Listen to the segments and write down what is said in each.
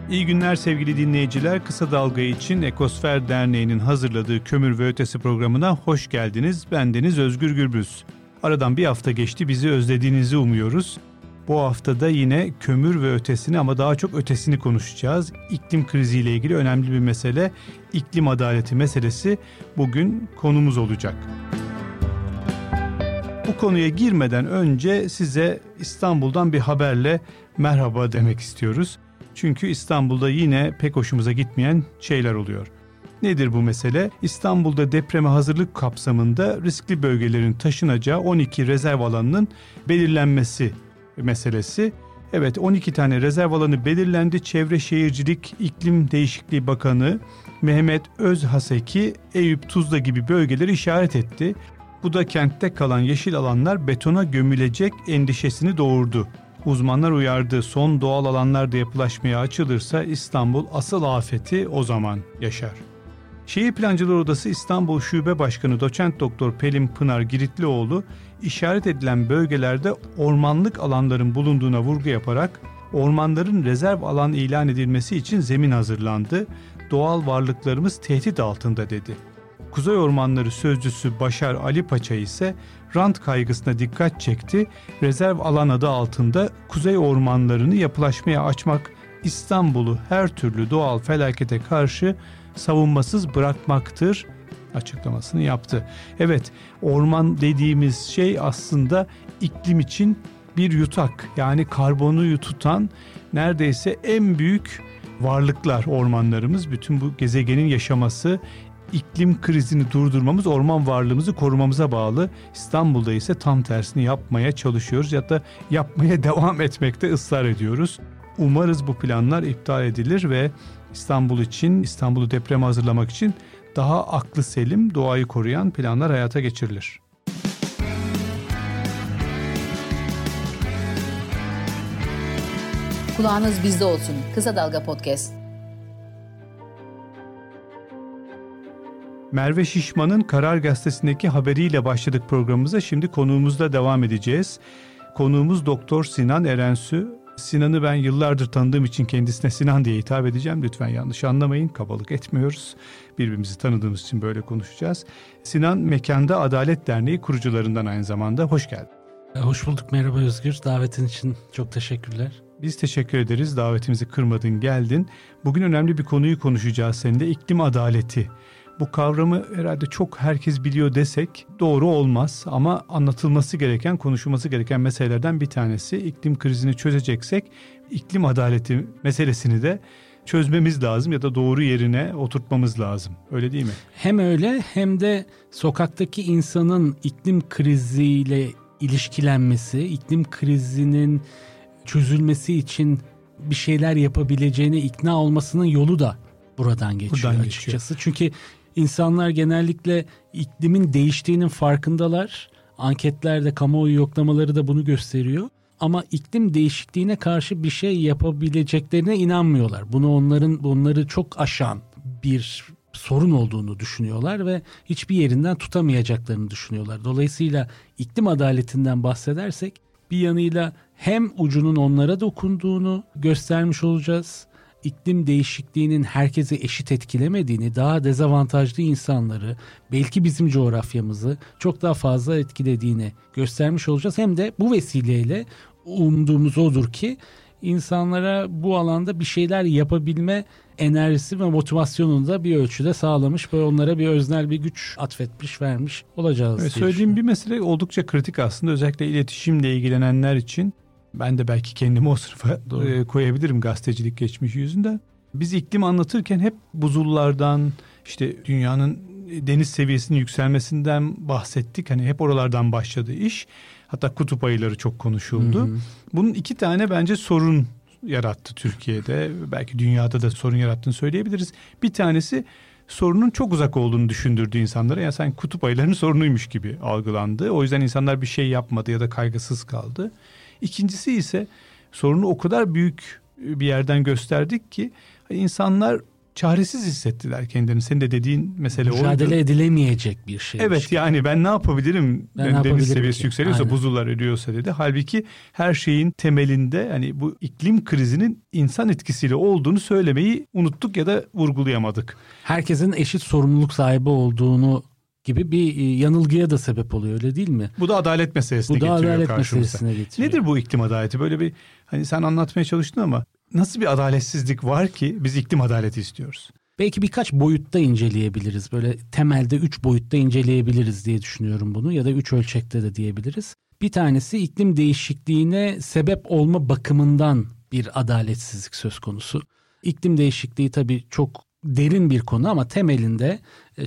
İyi günler sevgili dinleyiciler. Kısa Dalga için Ekosfer Derneği'nin hazırladığı Kömür ve Ötesi programına hoş geldiniz. Bendeniz Özgür Gürbüz. Aradan bir hafta geçti, bizi özlediğinizi umuyoruz. Bu haftada yine kömür ve ötesini ama daha çok ötesini konuşacağız. İklim kriziyle ilgili önemli bir mesele, iklim adaleti meselesi bugün konumuz olacak. Bu konuya girmeden önce size İstanbul'dan bir haberle merhaba demek istiyoruz. Çünkü İstanbul'da yine pek hoşumuza gitmeyen şeyler oluyor. Nedir bu mesele? İstanbul'da depreme hazırlık kapsamında riskli bölgelerin taşınacağı 12 rezerv alanının belirlenmesi meselesi. Evet, 12 tane rezerv alanı belirlendi. Çevre Şehircilik İklim Değişikliği Bakanı Mehmet Özhaseki, Eyüp, Tuzla gibi bölgeleri işaret etti. Bu da kentte kalan yeşil alanlar betona gömülecek endişesini doğurdu. Uzmanlar uyardı, son doğal alanlarda yapılaşmaya açılırsa İstanbul asıl afeti o zaman yaşar. Şehir Plancılar Odası İstanbul Şube Başkanı Doçent Doktor Pelin Pınar Giritlioğlu, işaret edilen bölgelerde ormanlık alanların bulunduğuna vurgu yaparak ormanların rezerv alan ilan edilmesi için zemin hazırlandı, doğal varlıklarımız tehdit altında dedi. Kuzey Ormanları Sözcüsü Başar Ali Paça ise rant kaygısına dikkat çekti. Rezerv alan adı altında kuzey ormanlarını yapılaşmaya açmak İstanbul'u her türlü doğal felakete karşı savunmasız bırakmaktır açıklamasını yaptı. Evet, orman dediğimiz şey aslında iklim için bir yutak, yani karbonu tutan neredeyse en büyük varlıklar ormanlarımız. Bütün bu gezegenin yaşaması, iklim krizini durdurmamız, orman varlığımızı korumamıza bağlı. İstanbul'da ise tam tersini yapmaya çalışıyoruz ya da yapmaya devam etmekte ısrar ediyoruz. Umarız bu planlar iptal edilir ve İstanbul için, İstanbul'u depreme hazırlamak için daha aklı selim, doğayı koruyan planlar hayata geçirilir. Kulağınız bizde olsun. Kısa Dalga Podcast. Merve Şişman'ın Karar Gazetesi'ndeki haberiyle başladık programımıza. Şimdi konuğumuzla devam edeceğiz. Konuğumuz Doktor Sinan Erensü. Sinan'ı ben yıllardır tanıdığım için kendisine Sinan diye hitap edeceğim. Lütfen yanlış anlamayın, kabalık etmiyoruz. Birbirimizi tanıdığımız için böyle konuşacağız. Sinan, Mekanda Adalet Derneği kurucularından aynı zamanda. Hoş geldin. Hoş bulduk, merhaba Özgür. Davetin için çok teşekkürler. Biz teşekkür ederiz. Davetimizi kırmadın, geldin. Bugün önemli bir konuyu konuşacağız seninle. İklim adaleti. Bu kavramı herhalde çok herkes biliyor desek doğru olmaz ama anlatılması gereken, konuşulması gereken meselelerden bir tanesi. İklim krizini çözeceksek iklim adaleti meselesini de çözmemiz lazım ya da doğru yerine oturtmamız lazım. Öyle değil mi? Hem öyle hem de sokaktaki insanın iklim kriziyle ilişkilenmesi, iklim krizinin çözülmesi için bir şeyler yapabileceğine ikna olmasının yolu da buradan geçiyor açıkçası. Çünkü İnsanlar genellikle iklimin değiştiğinin farkındalar. Anketlerde, kamuoyu yoklamaları da bunu gösteriyor. Ama iklim değişikliğine karşı bir şey yapabileceklerine inanmıyorlar. Onları çok aşan bir sorun olduğunu düşünüyorlar ve hiçbir yerinden tutamayacaklarını düşünüyorlar. Dolayısıyla iklim adaletinden bahsedersek bir yanıyla hem ucunun onlara dokunduğunu göstermiş olacağız. İklim değişikliğinin herkese eşit etkilemediğini, daha dezavantajlı insanları, belki bizim coğrafyamızı çok daha fazla etkilediğini göstermiş olacağız. Hem de bu vesileyle umduğumuz odur ki insanlara bu alanda bir şeyler yapabilme enerjisi ve motivasyonunu da bir ölçüde sağlamış ve onlara bir öznel bir güç atfetmiş, vermiş olacağız. Evet, söylediğim bir mesele oldukça kritik aslında, özellikle iletişimle ilgilenenler için. Ben de belki kendimi o sınıfa koyabilirim gazetecilik geçmişi yüzünden. Biz iklim anlatırken hep buzullardan, işte dünyanın deniz seviyesinin yükselmesinden bahsettik. Hani hep oralardan başladı iş. Hatta kutup ayıları çok konuşuldu. Hı hı. Bunun iki tane bence sorun yarattı Türkiye'de. Belki dünyada da sorun yarattığını söyleyebiliriz. Bir tanesi, sorunun çok uzak olduğunu düşündürdü insanlara. Yani sanki kutup ayılarının sorunuymuş gibi algılandı. O yüzden insanlar bir şey yapmadı ya da kaygısız kaldı. İkincisi ise sorunu o kadar büyük bir yerden gösterdik ki insanlar çaresiz hissettiler kendilerini. Senin de dediğin mesele oydu. Mücadele edilemeyecek bir şey. Evet, yani ben ne yapabilirim? Deniz seviyesi yükseliyorsa, aynen, buzullar eriyorsa dedi. Halbuki her şeyin temelinde hani bu iklim krizinin insan etkisiyle olduğunu söylemeyi unuttuk ya da vurgulayamadık. Herkesin eşit sorumluluk sahibi olduğunu gibi bir yanılgıya da sebep oluyor, öyle değil mi? Bu da adalet meselesine getiriyor karşımıza. Nedir bu iklim adaleti? Böyle bir hani sen anlatmaya çalıştın ama nasıl bir adaletsizlik var ki biz iklim adaleti istiyoruz? Belki birkaç boyutta inceleyebiliriz. Böyle temelde 3 boyutta inceleyebiliriz diye düşünüyorum bunu, ya da 3 ölçekte de diyebiliriz. Bir tanesi iklim değişikliğine sebep olma bakımından bir adaletsizlik söz konusu. İklim değişikliği tabii çok derin bir konu ama temelinde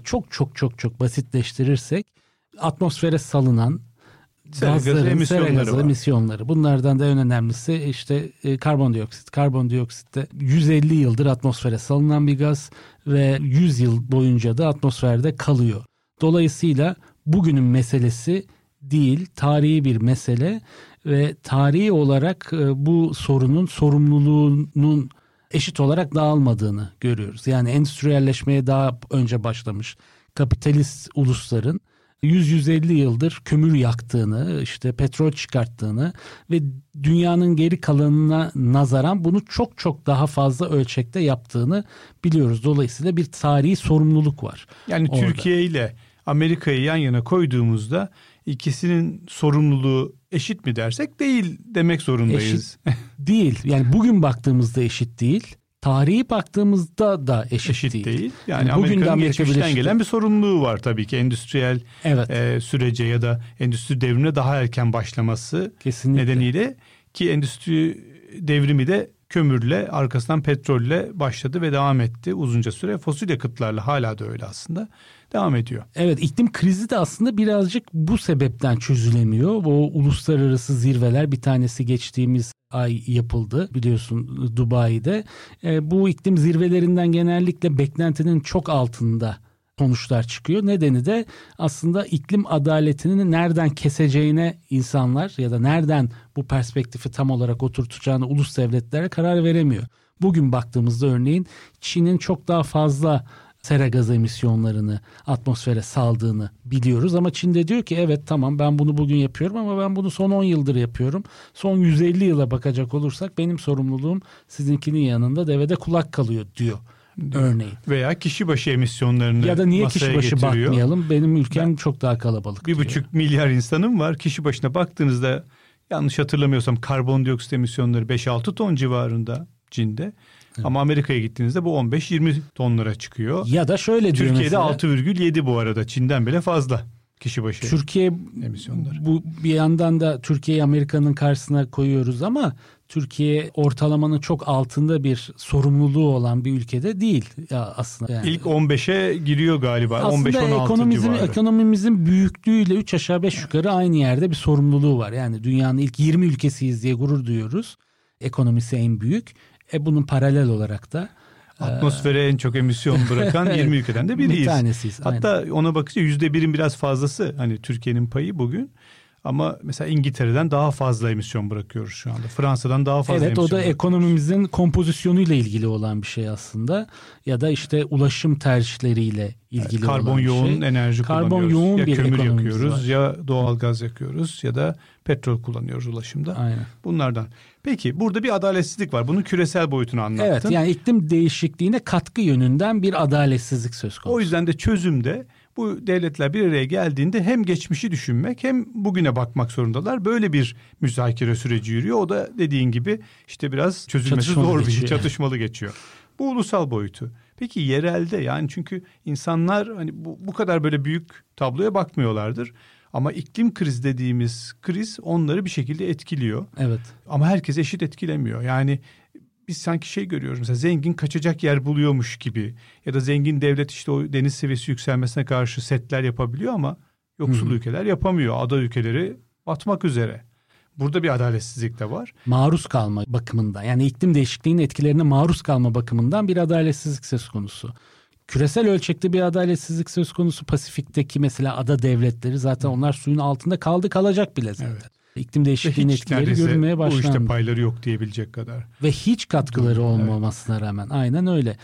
çok basitleştirirsek atmosfere salınan gazların, sera gazı emisyonları. Bunlardan da en önemlisi işte karbondioksit. Karbondioksit de 150 yıldır atmosfere salınan bir gaz ve 100 yıl boyunca da atmosferde kalıyor. Dolayısıyla bugünün meselesi değil, tarihi bir mesele ve tarihi olarak bu sorunun sorumluluğunun eşit olarak dağılmadığını görüyoruz. Yani endüstriyelleşmeye daha önce başlamış kapitalist ulusların 100-150 yıldır kömür yaktığını, işte petrol çıkarttığını ve dünyanın geri kalanına nazaran bunu çok daha fazla ölçekte yaptığını biliyoruz. Dolayısıyla bir tarihi sorumluluk var. Yani orada Türkiye ile Amerika'yı yan yana koyduğumuzda ikisinin sorumluluğu eşit mi dersek değil demek zorundayız. Eşit değil. Yani bugün baktığımızda eşit değil. Tarihi baktığımızda da eşit değil. Yani Amerika'nın geçmişten gelen bir sorumluluğu var tabii ki. Endüstriyel sürece ya da endüstri devrimine daha erken başlaması nedeniyle, ki endüstri devrimi de kömürle, arkasından petrolle başladı ve devam etti uzunca süre. Fosil yakıtlarla hala da öyle aslında devam ediyor. Evet, iklim krizi de aslında birazcık bu sebepten çözülemiyor. O uluslararası zirveler, bir tanesi geçtiğimiz ay yapıldı biliyorsun Dubai'de. Bu iklim zirvelerinden genellikle beklentinin çok altında sonuçlar çıkıyor. Nedeni de aslında iklim adaletini nereden keseceğine insanlar ya da nereden bu perspektifi tam olarak oturtacağını ulus devletlere karar veremiyor. Bugün baktığımızda örneğin Çin'in çok daha fazla sera gazı emisyonlarını atmosfere saldığını biliyoruz. Ama Çin de diyor ki evet tamam, ben bunu bugün yapıyorum ama ben bunu son 10 yıldır yapıyorum. Son 150 yıla bakacak olursak benim sorumluluğum sizinkinin yanında devede kulak kalıyor diyor. Örneğin. Veya kişi başı emisyonlarını ya da niye kişi başı getiriyor. Bakmayalım, benim ülkem çok daha kalabalık 1,5 milyar insanım var. Kişi başına baktığınızda yanlış hatırlamıyorsam karbondioksit emisyonları 5-6 ton civarında Çin'de. Evet. Ama Amerika'ya gittiğinizde bu 15-20 tonlara çıkıyor. Ya da şöyle diyor Türkiye'de mesela, 6,7 bu arada, Çin'den bile fazla kişi başı Türkiye emisyonları. Bu bir yandan da Türkiye'yi Amerika'nın karşısına koyuyoruz ama Türkiye ortalamanın çok altında bir sorumluluğu olan bir ülkede değil ya aslında. Yani. İlk 15'e giriyor galiba. 15-16 civarı. Ekonomimizin büyüklüğüyle 3 aşağı 5 yukarı aynı yerde bir sorumluluğu var. Yani dünyanın ilk 20 ülkesiyiz diye gurur duyuyoruz. Ekonomisi en büyük. Bunun paralel olarak da atmosfere en çok emisyon bırakan 20 ülkeden de biriyiz. Bir tanesiyiz. Hatta aynen. Ona bakınca %1'in biraz fazlası hani Türkiye'nin payı bugün. Ama mesela İngiltere'den daha fazla emisyon bırakıyoruz şu anda. Fransa'dan daha fazla emisyon bırakıyoruz. Evet, o da ekonomimizin kompozisyonuyla ilgili olan bir şey aslında. Ya da işte ulaşım tercihleriyle ilgili olan bir şey. Karbon yoğun enerji kullanıyoruz. Yoğun ya bir kömür yakıyoruz var. Ya doğalgaz yakıyoruz ya da petrol kullanıyoruz ulaşımda. Aynen. Bunlardan. Peki burada bir adaletsizlik var. Bunun küresel boyutunu anlattın. Evet, yani iklim değişikliğine katkı yönünden bir adaletsizlik söz konusu. O yüzden de çözümde bu devletler bir araya geldiğinde hem geçmişi düşünmek hem bugüne bakmak zorundalar. Böyle bir müzakere süreci yürüyor. O da dediğin gibi işte biraz çözülmesi zor bir şey, çatışmalı geçiyor. Bu ulusal boyutu. Peki yerelde, yani çünkü insanlar hani bu kadar böyle büyük tabloya bakmıyorlardır. Ama iklim krizi dediğimiz kriz onları bir şekilde etkiliyor. Evet. Ama herkes eşit etkilemiyor. Yani biz sanki görüyoruz mesela, zengin kaçacak yer buluyormuş gibi ya da zengin devlet işte o deniz seviyesi yükselmesine karşı setler yapabiliyor ama yoksul ülkeler yapamıyor. Ada ülkeleri batmak üzere. Burada bir adaletsizlik de var. Maruz kalma bakımından, yani iklim değişikliğinin etkilerine maruz kalma bakımından bir adaletsizlik söz konusu. Küresel ölçekte bir adaletsizlik söz konusu. Pasifik'teki mesela ada devletleri zaten onlar suyun altında kalacak bile zaten. Evet. İklim değişikliğinin etkileri görülmeye başlandı. Bu işte payları yok diyebilecek kadar. Ve hiç katkıları olmamasına rağmen. Aynen öyle.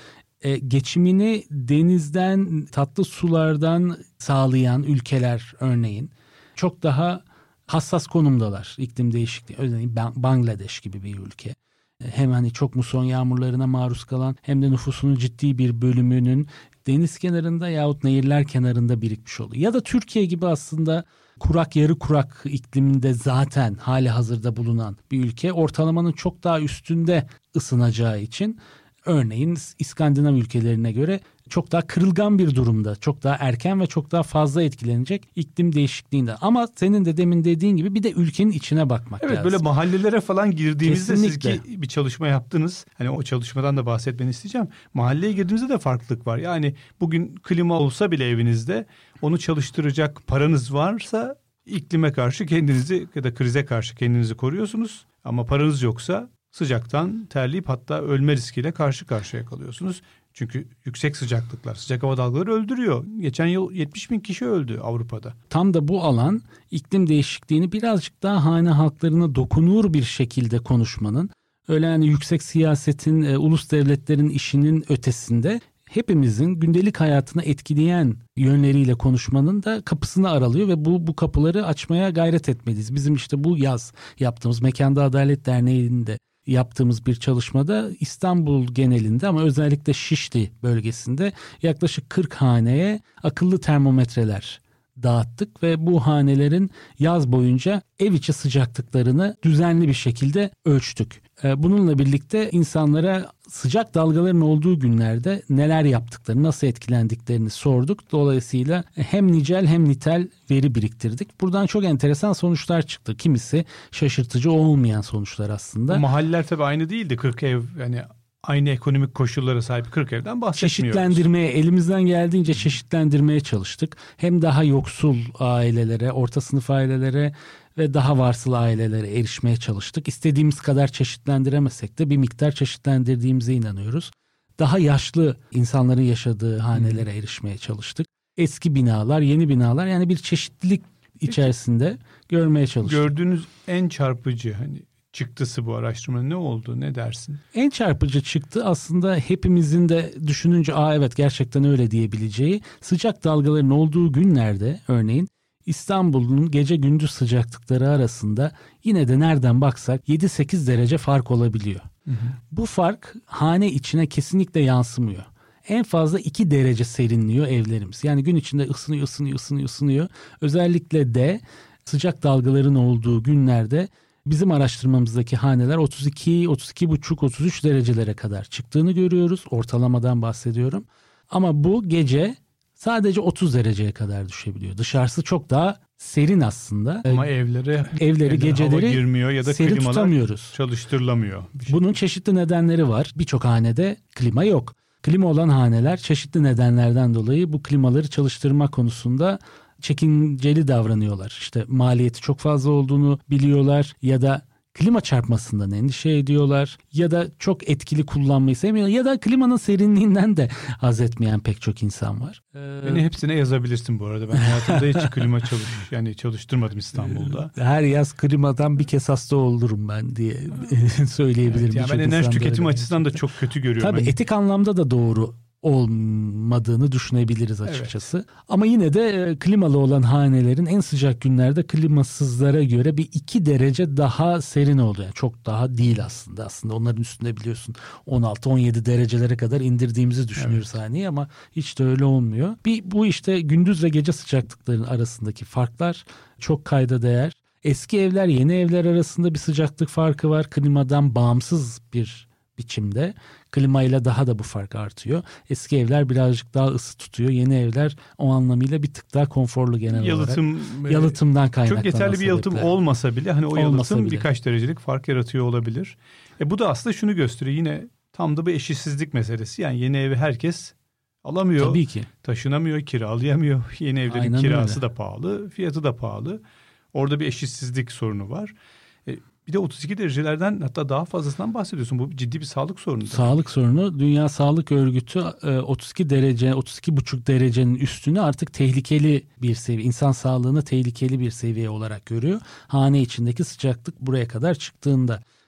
geçimini denizden, tatlı sulardan sağlayan ülkeler örneğin çok daha hassas konumdalar iklim değişikliği. Örneğin Bangladeş gibi bir ülke. Hem hani çok muson yağmurlarına maruz kalan hem de nüfusunun ciddi bir bölümünün deniz kenarında yahut nehirler kenarında birikmiş oluyor. Ya da Türkiye gibi aslında kurak, yarı kurak ikliminde zaten hali hazırda bulunan bir ülke ortalamanın çok daha üstünde ısınacağı için örneğin İskandinav ülkelerine göre çok daha kırılgan bir durumda, çok daha erken ve çok daha fazla etkilenecek iklim değişikliğinden. Ama senin de demin dediğin gibi bir de ülkenin içine bakmak lazım. Evet, böyle mahallelere falan girdiğimizde Kesinlikle. siz bir çalışma yaptınız. Hani o çalışmadan da bahsetmeni isteyeceğim. Mahalleye girdiğimizde de farklılık var. Yani bugün klima olsa bile evinizde onu çalıştıracak paranız varsa iklime karşı kendinizi ya da krize karşı kendinizi koruyorsunuz. Ama paranız yoksa sıcaktan terleyip hatta ölme riskiyle karşı karşıya kalıyorsunuz. Çünkü yüksek sıcaklıklar, sıcak hava dalgaları öldürüyor. Geçen yıl 70 bin kişi öldü Avrupa'da. Tam da bu alan iklim değişikliğini birazcık daha hane halklarına dokunur bir şekilde konuşmanın, öyle yani yüksek siyasetin, ulus devletlerin işinin ötesinde hepimizin gündelik hayatını etkileyen yönleriyle konuşmanın da kapısını aralıyor ve bu kapıları açmaya gayret etmeliyiz. Bizim işte bu yaz yaptığımız Mekanda Adalet Derneği'nde yaptığımız bir çalışmada İstanbul genelinde ama özellikle Şişli bölgesinde yaklaşık 40 haneye akıllı termometreler dağıttık ve bu hanelerin yaz boyunca ev içi sıcaklıklarını düzenli bir şekilde ölçtük. Bununla birlikte insanlara sıcak dalgaların olduğu günlerde neler yaptıklarını, nasıl etkilendiklerini sorduk. Dolayısıyla hem nicel hem nitel veri biriktirdik. Buradan çok enteresan sonuçlar çıktı. Kimisi şaşırtıcı olmayan sonuçlar aslında. Mahalleler tabii aynı değildi. 40 ev, yani aynı ekonomik koşullara sahip 40 evden bahsetmiyoruz. Çeşitlendirmeye, elimizden geldiğince çeşitlendirmeye çalıştık. Hem daha yoksul ailelere, orta sınıf ailelere ve daha varsıl ailelere erişmeye çalıştık. İstediğimiz kadar çeşitlendiremesek de bir miktar çeşitlendirdiğimize inanıyoruz. Daha yaşlı insanların yaşadığı hanelere erişmeye çalıştık. Eski binalar, yeni binalar, yani bir çeşitlilik içerisinde görmeye çalıştık. Gördüğünüz en çarpıcı çıktısı bu araştırmanın ne oldu? Ne dersin? En çarpıcı çıktı aslında hepimizin de düşününce evet gerçekten öyle diyebileceği, sıcak dalgaların olduğu günlerde örneğin İstanbul'un gece gündüz sıcaklıkları arasında yine de nereden baksak 7-8 derece fark olabiliyor. Hı hı. Bu fark hane içine kesinlikle yansımıyor. En fazla 2 derece serinliyor evlerimiz. Yani gün içinde ısınıyor. Özellikle de sıcak dalgaların olduğu günlerde bizim araştırmamızdaki haneler 32, 32,5, 33 derecelere kadar çıktığını görüyoruz. Ortalamadan bahsediyorum. Ama bu gece sadece 30 dereceye kadar düşebiliyor. Dışarısı çok daha serin aslında. Ama evlere geceleri hava girmiyor ya da serin klimalar tutamıyoruz. Çalıştırılamıyor. Bunun çeşitli nedenleri var. Birçok hanede klima yok. Klima olan haneler çeşitli nedenlerden dolayı bu klimaları çalıştırma konusunda çekinceli davranıyorlar. İşte maliyeti çok fazla olduğunu biliyorlar ya da klima çarpmasından endişe ediyorlar ya da çok etkili kullanmayı sevmiyorlar ya da klimanın serinliğinden de haz etmeyen pek çok insan var. Beni hepsine yazabilirsin bu arada. Ben hayatımda hiç klima çalıştırmadım İstanbul'da. Her yaz klimadan bir kez hasta olurum ben diye söyleyebilirim. Evet, ben enerji tüketimi açısından da çok kötü görüyorum. Tabii etik anlamda da doğru olmadığını düşünebiliriz açıkçası. Evet. Ama yine de klimalı olan hanelerin en sıcak günlerde klimasızlara göre bir 2 derece daha serin oluyor. Yani çok daha değil aslında. Aslında onların üstünde biliyorsun 16-17 derecelere kadar indirdiğimizi düşünüyoruz haneyi ama hiç de öyle olmuyor. Bu işte gündüz ve gece sıcaklıkların arasındaki farklar çok kayda değer. Eski evler, yeni evler arasında bir sıcaklık farkı var. Klimadan bağımsız bir biçimde. Klimayla daha da bu fark artıyor. Eski evler birazcık daha ısı tutuyor. Yeni evler o anlamıyla bir tık daha konforlu genel olarak. Yalıtımdan kaynaklanan çok yeterli bir yalıtım olmasa bile o yalıtım bile birkaç derecelik fark yaratıyor olabilir. Bu da aslında şunu gösteriyor. Yine tam da bir eşitsizlik meselesi. Yani yeni evi herkes alamıyor. Tabii ki. Taşınamıyor, kiralayamıyor. Yeni evlerin kirası da pahalı, fiyatı da pahalı. Orada bir eşitsizlik sorunu var. Bir de 32 derecelerden hatta daha fazlasından bahsediyorsun. Bu ciddi bir sağlık sorunu. Sağlık sorunu. Dünya Sağlık Örgütü 32 derece, 32,5 derecenin üstünü artık tehlikeli bir seviye, insan sağlığına tehlikeli bir seviye olarak görüyor. Hane içindeki sıcaklık buraya kadar çıktığında.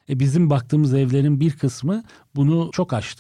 Bizim baktığımız evlerin bir kısmı bunu çok aştı.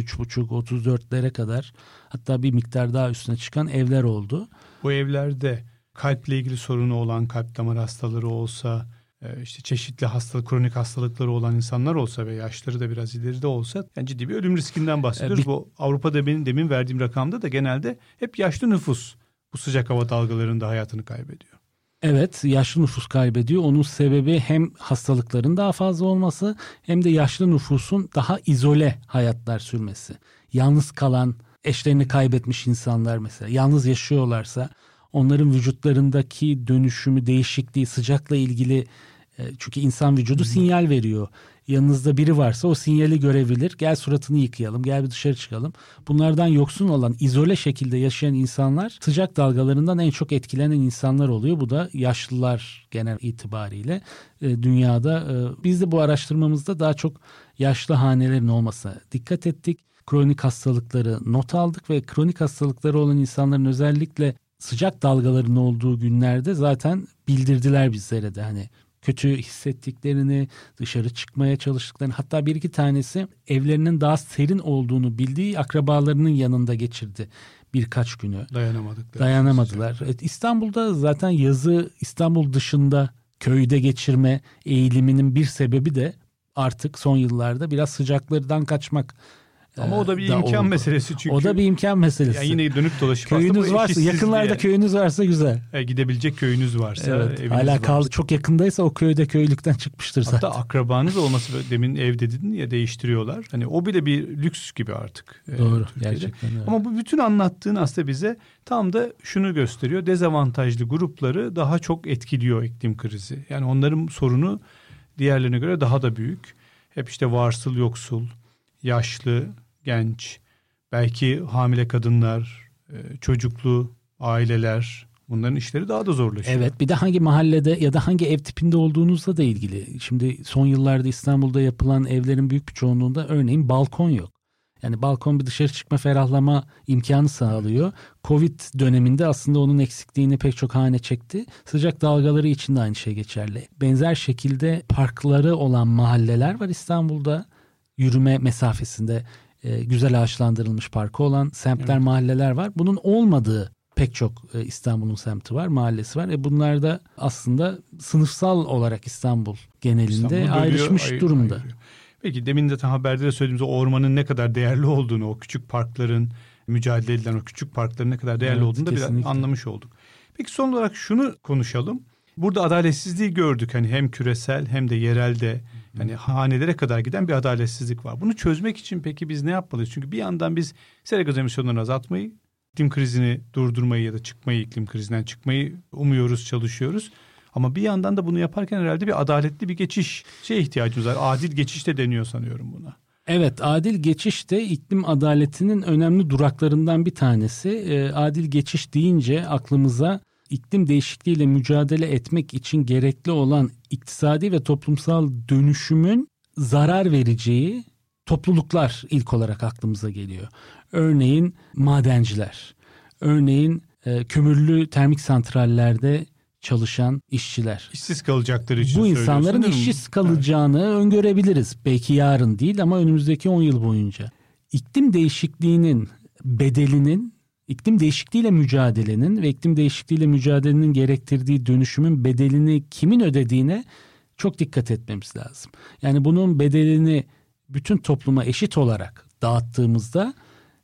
33,5-34'lere kadar, hatta bir miktar daha üstüne çıkan evler oldu. Bu evlerde kalple ilgili sorunu olan, kalp damar hastaları olsa, işte çeşitli kronik hastalıkları olan insanlar olsa ve yaşları da biraz ileride olsa, yani ciddi bir ölüm riskinden bahsediyoruz. Bu Avrupa'da benim demin verdiğim rakamda da genelde hep yaşlı nüfus bu sıcak hava dalgalarında hayatını kaybediyor. Evet, yaşlı nüfus kaybediyor. Onun sebebi hem hastalıkların daha fazla olması hem de yaşlı nüfusun daha izole hayatlar sürmesi. Yalnız kalan, eşlerini kaybetmiş insanlar mesela yalnız yaşıyorlarsa onların vücutlarındaki dönüşümü, değişikliği, sıcakla ilgili, çünkü insan vücudu sinyal veriyor. Yanınızda biri varsa o sinyali görebilir. Gel suratını yıkayalım, gel bir dışarı çıkalım. Bunlardan yoksun olan, izole şekilde yaşayan insanlar sıcak dalgalarından en çok etkilenen insanlar oluyor. Bu da yaşlılar genel itibariyle dünyada. Biz de bu araştırmamızda daha çok yaşlı hanelerin olmasına dikkat ettik. Kronik hastalıkları not aldık ve kronik hastalıkları olan insanların özellikle sıcak dalgaların olduğu günlerde zaten bildirdiler bizlere de, hani kötü hissettiklerini, dışarı çıkmaya çalıştıklarını, hatta bir iki tanesi evlerinin daha serin olduğunu bildiği akrabalarının yanında geçirdi birkaç günü. Dayanamadılar. Evet, İstanbul'da zaten yazı İstanbul dışında köyde geçirme eğiliminin bir sebebi de artık son yıllarda biraz sıcaklardan kaçmak. Ama o da bir imkan meselesi çünkü. O da bir imkan meselesi. Yani yine dönüp dolaşıp köyünüz varsa, yakınlarda köyünüz varsa güzel. Gidebilecek köyünüz varsa. Evet, hala kaldı. Çok yakındaysa o köyde köylükten çıkmıştır zaten. Hatta akrabanız olması, demin ev dedin ya, değiştiriyorlar. Hani o bile bir lüks gibi artık. Doğru, Türkiye'de. Gerçekten öyle. Ama bu bütün anlattığın aslında bize tam da şunu gösteriyor. Dezavantajlı grupları daha çok etkiliyor iklim krizi. Yani onların sorunu diğerlerine göre daha da büyük. Hep işte varsıl, yoksul, yaşlı, genç, belki hamile kadınlar, çocuklu aileler, bunların işleri daha da zorlaşıyor. Evet, bir de hangi mahallede ya da hangi ev tipinde olduğunuzla da ilgili. Şimdi son yıllarda İstanbul'da yapılan evlerin büyük bir çoğunluğunda örneğin balkon yok. Yani balkon bir dışarı çıkma, ferahlama imkanı sağlıyor. Covid döneminde aslında onun eksikliğini pek çok hane çekti. Sıcak dalgaları için de aynı şey geçerli. Benzer şekilde parkları olan mahalleler var İstanbul'da. Yürüme mesafesinde güzel ağaçlandırılmış parkı olan semtler, evet, mahalleler var. Bunun olmadığı pek çok İstanbul'un semti var, mahallesi var. Bunlar da aslında sınıfsal olarak İstanbul genelinde ayrışmış durumda. Ayırıyor. Peki demin de haberde de söylediğimiz o ormanın ne kadar değerli olduğunu, o küçük parkların, mücadele edilen o küçük parkların ne kadar değerli, evet, olduğunu da biraz anlamış olduk. Peki son olarak şunu konuşalım. Burada adaletsizliği gördük. Hani hem küresel hem de yerelde, hani hanelere kadar giden bir adaletsizlik var. Bunu çözmek için peki biz ne yapmalıyız? Çünkü bir yandan biz sera gaz emisyonlarını azaltmayı, iklim krizini durdurmayı ya da iklim krizinden çıkmayı umuyoruz, çalışıyoruz. Ama bir yandan da bunu yaparken herhalde bir adaletli bir geçişe ihtiyacımız var. Adil geçiş de deniyor sanıyorum buna. Evet, adil geçiş de iklim adaletinin önemli duraklarından bir tanesi. Adil geçiş deyince aklımıza iklim değişikliğiyle mücadele etmek için gerekli olan iktisadi ve toplumsal dönüşümün zarar vereceği topluluklar ilk olarak aklımıza geliyor. Örneğin madenciler, örneğin kömürlü termik santrallerde çalışan işçiler. İşsiz kalacakları için bu insanların işsiz kalacağını, evet, öngörebiliriz. Belki yarın değil ama önümüzdeki 10 yıl boyunca. İklim değişikliğinin bedelinin, iklim değişikliğiyle mücadelenin ve iklim değişikliğiyle mücadelenin gerektirdiği dönüşümün bedelini kimin ödediğine çok dikkat etmemiz lazım. Yani bunun bedelini bütün topluma eşit olarak dağıttığımızda,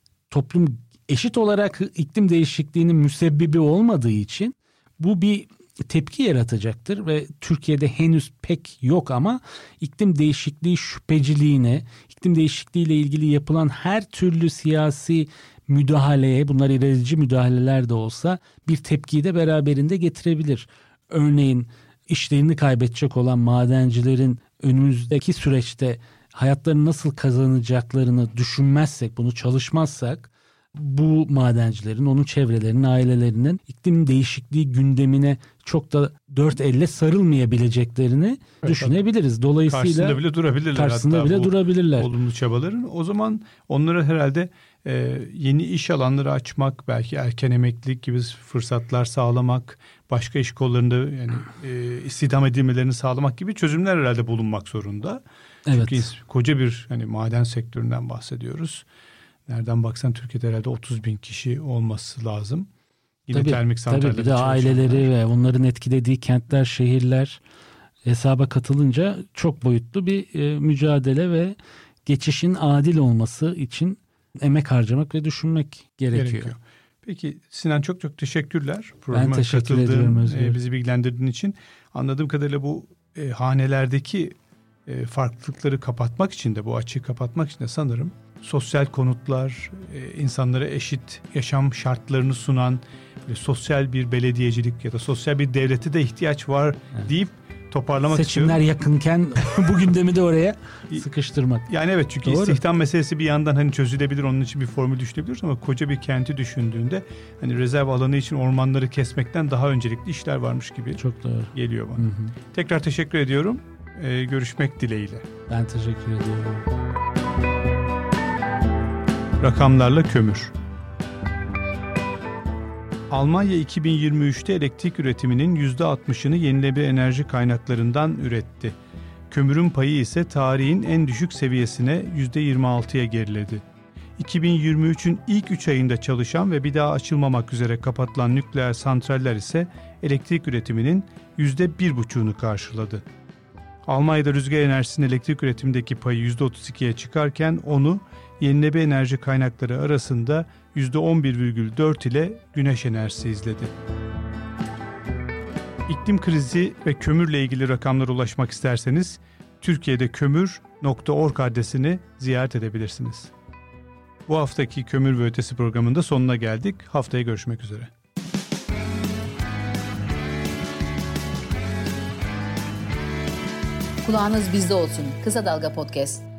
toplum eşit olarak iklim değişikliğinin müsebbibi olmadığı için bu bir tepki yaratacaktır ve Türkiye'de henüz pek yok ama iklim değişikliği şüpheciliğine, iklim değişikliğiyle ilgili yapılan her türlü siyasi müdahaleye, bunlar ilerici müdahaleler de olsa, bir tepkiyi de beraberinde getirebilir. Örneğin işlerini kaybedecek olan madencilerin önümüzdeki süreçte hayatlarını nasıl kazanacaklarını düşünmezsek, bunu çalışmazsak, bu madencilerin, onun çevrelerinin, ailelerinin iklim değişikliği gündemine çok da dört elle sarılmayabileceklerini düşünebiliriz. Dolayısıyla karşısında bile durabilirler. Olumlu çabaların. O zaman onlara herhalde yeni iş alanları açmak, belki erken emeklilik gibi fırsatlar sağlamak, başka iş kollarında yani istihdam edilmelerini sağlamak gibi çözümler herhalde bulunmak zorunda. Evet. Çünkü koca bir hani maden sektöründen bahsediyoruz. Nereden baksan Türkiye'de herhalde 30 bin kişi olması lazım. Yine termik santrallerde tabii bir de aileleri ve onların etkilediği kentler, şehirler hesaba katılınca çok boyutlu bir mücadele ve geçişin adil olması için emek harcamak ve düşünmek gerekiyor. Peki Sinan, çok teşekkürler. Ben teşekkür ediyorum Özgür. Bizi bilgilendirdiğin için. Anladığım kadarıyla bu hanelerdeki farklılıkları kapatmak için de, bu açığı kapatmak için de sanırım sosyal konutlar, insanlara eşit yaşam şartlarını sunan sosyal bir belediyecilik ya da sosyal bir devlete de ihtiyaç var deyip toparlamak istiyorum. Seçimler yakınken bu gündemi de oraya sıkıştırmak. Yani evet, çünkü doğru. İstihdam meselesi bir yandan hani çözülebilir, onun için bir formül düşünebiliyoruz ama koca bir kenti düşündüğünde hani rezerv alanı için ormanları kesmekten daha öncelikli işler varmış gibi çok doğru geliyor bana. Hı hı. Tekrar teşekkür ediyorum. Görüşmek dileğiyle. Ben teşekkür ediyorum. Rakamlarla kömür. Almanya 2023'te elektrik üretiminin %60'ını yenilenebilir enerji kaynaklarından üretti. Kömürün payı ise tarihin en düşük seviyesine %26'ya geriledi. 2023'ün ilk 3 ayında çalışan ve bir daha açılmamak üzere kapatılan nükleer santraller ise elektrik üretiminin %1,5'unu karşıladı. Almanya'da rüzgar enerjisinin elektrik üretimindeki payı %32'ye çıkarken onu yenilenebilir enerji kaynakları arasında %11,4 ile güneş enerjisi izledi. İklim krizi ve kömürle ilgili rakamlara ulaşmak isterseniz Türkiye'de kömür.org adresini ziyaret edebilirsiniz. Bu haftaki Kömür ve Ötesi programında sonuna geldik. Haftaya görüşmek üzere. Kulağınız bizde olsun. Kısa Dalga Podcast.